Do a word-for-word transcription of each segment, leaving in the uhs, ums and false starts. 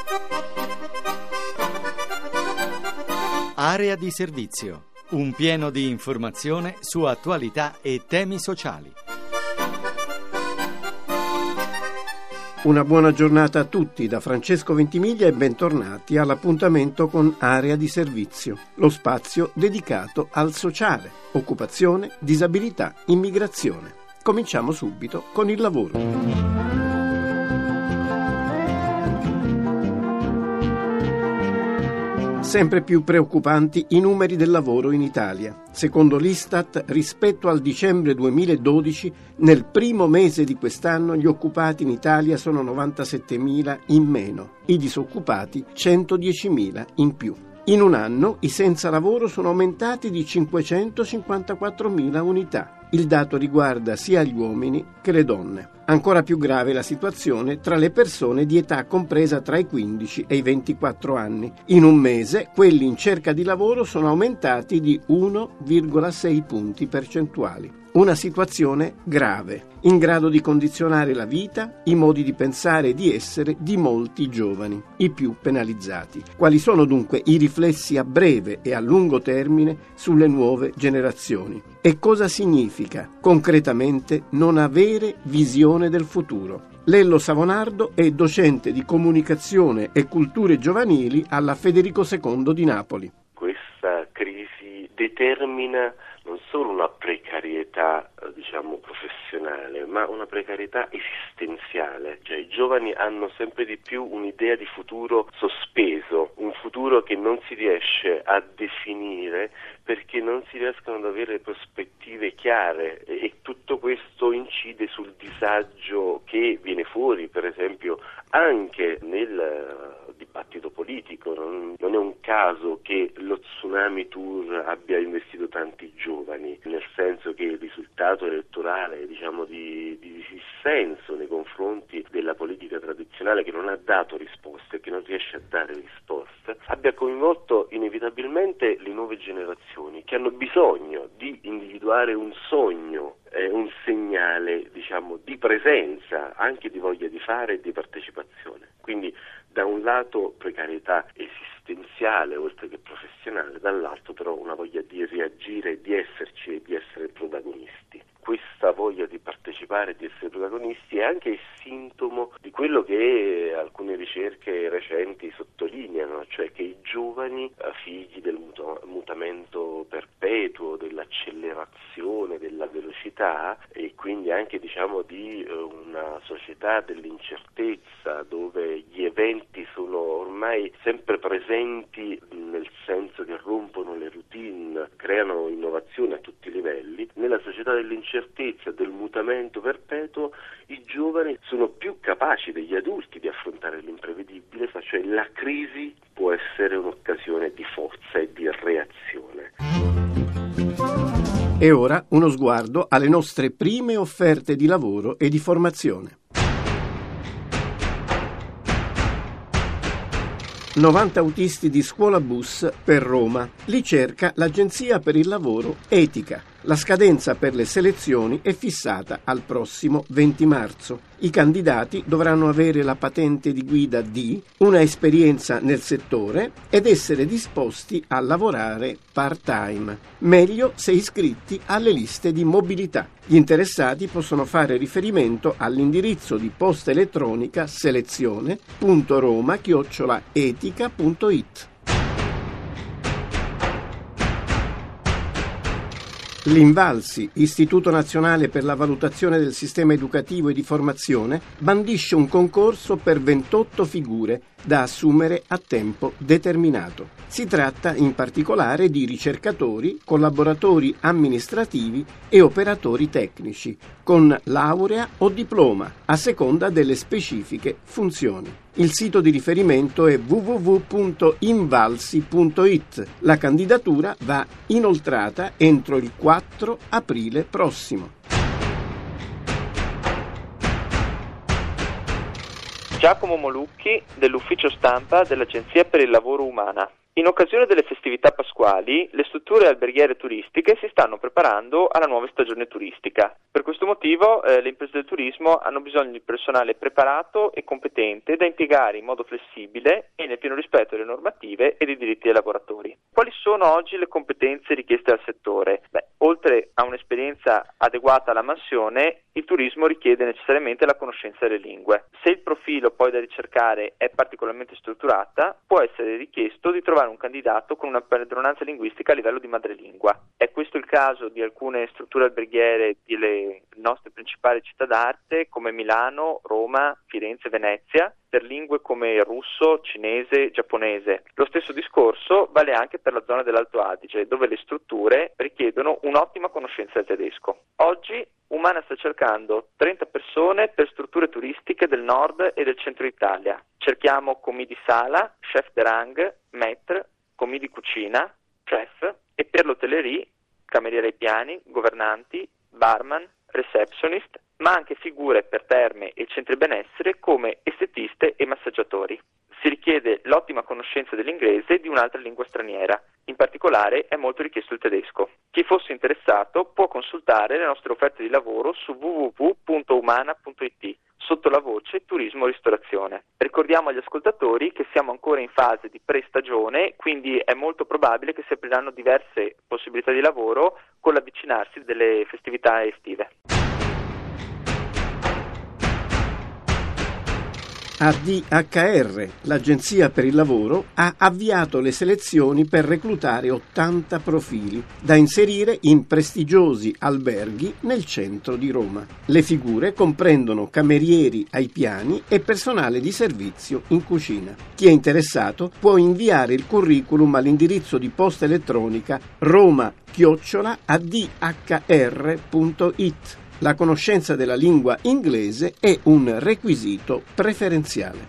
Area di servizio, un pieno di informazione su attualità e temi sociali. Una buona giornata a tutti da Francesco Ventimiglia e bentornati all'appuntamento con Area di Servizio, lo spazio dedicato al sociale, occupazione, disabilità, immigrazione. Cominciamo subito con il lavoro. Sempre più preoccupanti i numeri del lavoro in Italia. Secondo l'Istat, rispetto al dicembre duemiladodici, nel primo mese di quest'anno gli occupati in Italia sono novantasettemila in meno, i disoccupati centodiecimila in più. In un anno i senza lavoro sono aumentati di cinquecentocinquantaquattromila unità. Il dato riguarda sia gli uomini che le donne. Ancora più grave la situazione tra le persone di età compresa tra i quindici e i ventiquattro anni. In un mese quelli in cerca di lavoro sono aumentati di uno virgola sei punti percentuali. Una situazione grave, in grado di condizionare la vita, i modi di pensare e di essere di molti giovani, i più penalizzati. Quali sono dunque i riflessi a breve e a lungo termine sulle nuove generazioni? E cosa significa concretamente non avere visione del futuro? Lello Savonardo è docente di comunicazione e culture giovanili alla Federico secondo di Napoli. Questa crisi determina non solo una precarietà, diciamo, professionale, ma una precarietà esistenziale. Cioè i giovani hanno sempre di più un'idea di futuro sospeso, un futuro che non si riesce a definire perché non si riescono ad avere prospettive chiare e tutto questo incide sul disagio che viene fuori, per esempio, anche nel dibattito politico. Non, non è un caso che lo Tsunami Tour abbia investito tanti giovani, nel senso che il risultato elettorale, diciamo, di, di dissenso nei confronti della politica tradizionale, che non ha dato risposte, che non riesce a dare risposte, abbia coinvolto inevitabilmente le nuove generazioni che hanno bisogno di individuare un sogno, eh, un segnale, diciamo, di presenza, anche di voglia di fare e di partecipazione. Quindi da un lato precarietà esistenziale oltre che professionale, dall'altro però una voglia di reagire, di esserci e di essere protagonisti. Questa voglia di partecipare e di essere protagonisti è anche il sintomo di quello che alcune ricerche recenti sottolineano, cioè che i giovani, figli del mutamento perpetuo, dell'accelerazione, della velocità e quindi anche, diciamo, di una società dell'incertezza dove gli eventi sono ormai sempre presenti, nel senso che rompono le routine, creano innovazione a tutti i livelli. Nella società dell'incertezza, del mutamento perpetuo, i giovani sono più capaci degli adulti di affrontare l'imprevedibile, cioè la crisi può essere un'occasione di forza e di reazione. E ora uno sguardo alle nostre prime offerte di lavoro e di formazione. novanta autisti di scuola bus per Roma. Li cerca l'Agenzia per il Lavoro Etica. La scadenza per le selezioni è fissata al prossimo venti marzo. I candidati dovranno avere la patente di guida D, una esperienza nel settore ed essere disposti a lavorare part-time. Meglio se iscritti alle liste di mobilità. Gli interessati possono fare riferimento all'indirizzo di posta elettronica selezione punto roma chiocciola etica punto it. L'Invalsi, Istituto Nazionale per la Valutazione del Sistema Educativo e di Formazione, bandisce un concorso per ventotto figure da assumere a tempo determinato. Si tratta in particolare di ricercatori, collaboratori amministrativi e operatori tecnici, con laurea o diploma, a seconda delle specifiche funzioni. Il sito di riferimento è w w w punto invalsi punto it. La candidatura va inoltrata entro il quattro aprile prossimo. Giacomo Molucchi dell'ufficio stampa dell'Agenzia per il Lavoro Umana. In occasione delle festività pasquali, le strutture alberghiere turistiche si stanno preparando alla nuova stagione turistica. Per questo motivo eh, le imprese del turismo hanno bisogno di personale preparato e competente da impiegare in modo flessibile e nel pieno rispetto delle normative e dei diritti dei lavoratori. Quali sono oggi le competenze richieste al settore? Beh, oltre a un'esperienza adeguata alla mansione, il turismo richiede necessariamente la conoscenza delle lingue. Se il profilo poi da ricercare è particolarmente strutturata, può essere richiesto di trovare un candidato con una padronanza linguistica a livello di madrelingua. È questo il caso di alcune strutture alberghiere delle nostre principali città d'arte come Milano, Roma, Firenze, Venezia, per lingue come russo, cinese, giapponese. Lo stesso discorso vale anche per la zona dell'Alto Adige, dove le strutture richiedono un'ottima conoscenza del tedesco. Oggi Umana sta cercando trenta persone per strutture turistiche del nord e del centro Italia. Cerchiamo commis di sala, chef de rang, maître, commis di cucina, chef, e per l'hotellerie, cameriere ai piani, governanti, barman, receptionist, ma anche figure per terme e centri benessere come estetiste e massaggiatori. Si richiede l'ottima conoscenza dell'inglese e di un'altra lingua straniera. In particolare è molto richiesto il tedesco. Chi fosse interessato può consultare le nostre offerte di lavoro su w w w punto umana punto i t sotto la voce Turismo Ristorazione. Ricordiamo agli ascoltatori che siamo ancora in fase di pre-stagione, quindi è molto probabile che si apriranno diverse possibilità di lavoro con l'avvicinarsi delle festività estive. A D H R, l'Agenzia per il Lavoro, ha avviato le selezioni per reclutare ottanta profili da inserire in prestigiosi alberghi nel centro di Roma. Le figure comprendono camerieri ai piani e personale di servizio in cucina. Chi è interessato può inviare il curriculum all'indirizzo di posta elettronica roma chiocciola a d h r punto i t. La conoscenza della lingua inglese è un requisito preferenziale.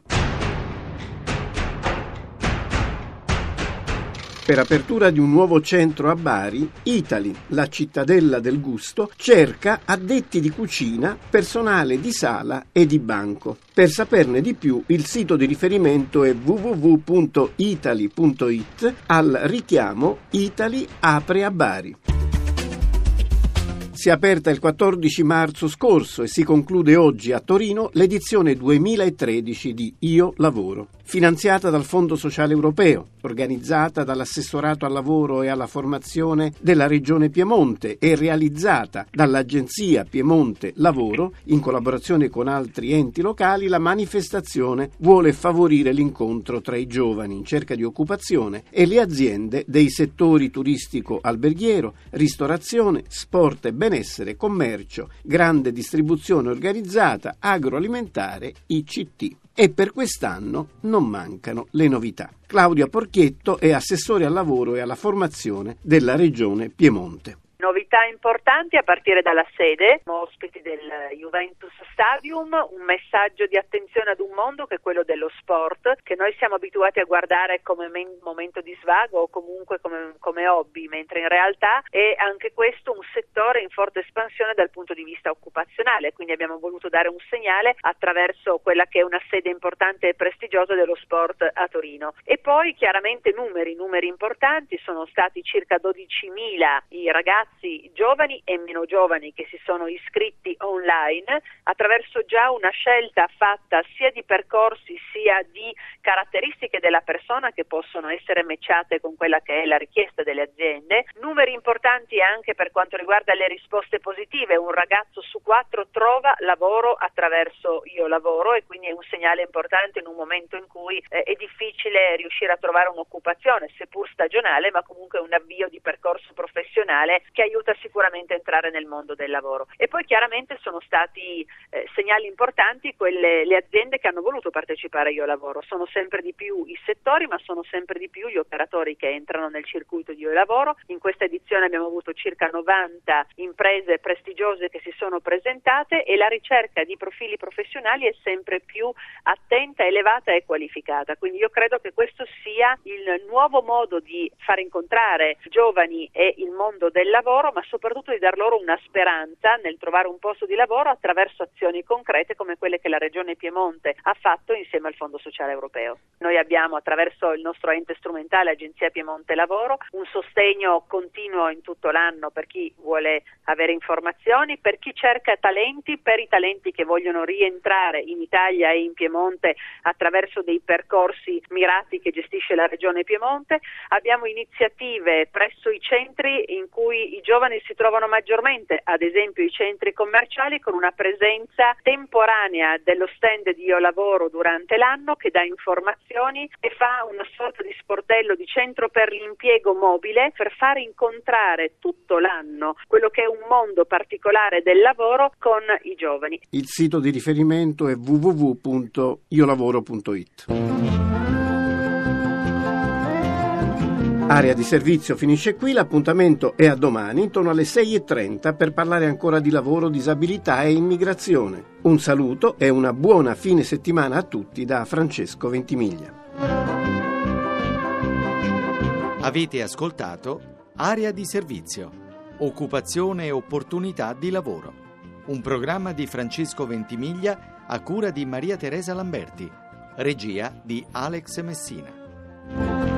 Per apertura di un nuovo centro a Bari, Eataly, la cittadella del gusto, cerca addetti di cucina, personale di sala e di banco. Per saperne di più, il sito di riferimento è w w w punto eataly punto i t al richiamo Eataly apre a Bari. Si è aperta il quattordici marzo scorso e si conclude oggi a Torino l'edizione duemilatredici di Io Lavoro, finanziata dal Fondo Sociale Europeo, organizzata dall'Assessorato al Lavoro e alla Formazione della Regione Piemonte e realizzata dall'Agenzia Piemonte Lavoro in collaborazione con altri enti locali. La manifestazione vuole favorire l'incontro tra i giovani in cerca di occupazione e le aziende dei settori turistico alberghiero, ristorazione, sport e benessere, commercio, grande distribuzione organizzata, agroalimentare, I C T. E per quest'anno non mancano le novità. Claudia Porchietto è assessore al lavoro e alla formazione della Regione Piemonte. Novità importanti a partire dalla sede, ospiti del Juventus Stadium, un messaggio di attenzione ad un mondo che è quello dello sport, che noi siamo abituati a guardare come men- momento di svago o comunque come, come hobby, mentre in realtà è anche questo un settore in forte espansione dal punto di vista occupazionale, quindi abbiamo voluto dare un segnale attraverso quella che è una sede importante e prestigiosa dello sport a Torino. E poi chiaramente numeri, numeri importanti, sono stati circa dodicimila i ragazzi giovani e meno giovani che si sono iscritti online attraverso già una scelta fatta sia di percorsi sia di caratteristiche della persona che possono essere matchate con quella che è la richiesta delle aziende. Numeri importanti anche per quanto riguarda le risposte positive, un ragazzo su quattro trova lavoro attraverso Io Lavoro e quindi è un segnale importante in un momento in cui eh, è difficile riuscire a trovare un'occupazione, seppur stagionale, ma comunque un avvio di percorso professionale che aiuta sicuramente a entrare nel mondo del lavoro. E poi chiaramente sono stati eh, segnali importanti quelle le aziende che hanno voluto partecipare a Io Lavoro. Sono sempre di più i settori, ma sono sempre di più gli operatori che entrano nel circuito di Io Lavoro. In questa edizione abbiamo avuto circa novanta imprese prestigiose che si sono presentate e la ricerca di profili professionali è sempre più attenta, elevata e qualificata. Quindi io credo che questo sia il nuovo modo di far incontrare giovani e il mondo del lavoro lavoro, ma soprattutto di dar loro una speranza nel trovare un posto di lavoro attraverso azioni concrete come quelle che la Regione Piemonte ha fatto insieme al Fondo Sociale Europeo. Noi abbiamo, attraverso il nostro ente strumentale Agenzia Piemonte Lavoro, un sostegno continuo in tutto l'anno per chi vuole avere informazioni, per chi cerca talenti, per i talenti che vogliono rientrare in Italia e in Piemonte attraverso dei percorsi mirati che gestisce la Regione Piemonte. Abbiamo iniziative presso i centri in cui i giovani si trovano maggiormente, ad esempio i centri commerciali, con una presenza temporanea dello stand di Io Lavoro durante l'anno, che dà informazioni e fa una sorta di sportello di centro per l'impiego mobile per far incontrare tutto l'anno quello che è un mondo particolare del lavoro con i giovani. Il sito di riferimento è w w w punto io lavoro punto i t. Area di servizio finisce qui, l'appuntamento è a domani intorno alle sei e trenta per parlare ancora di lavoro, disabilità e immigrazione. Un saluto e una buona fine settimana a tutti da Francesco Ventimiglia. Avete ascoltato Area di servizio, occupazione e opportunità di lavoro. Un programma di Francesco Ventimiglia a cura di Maria Teresa Lamberti, regia di Alex Messina.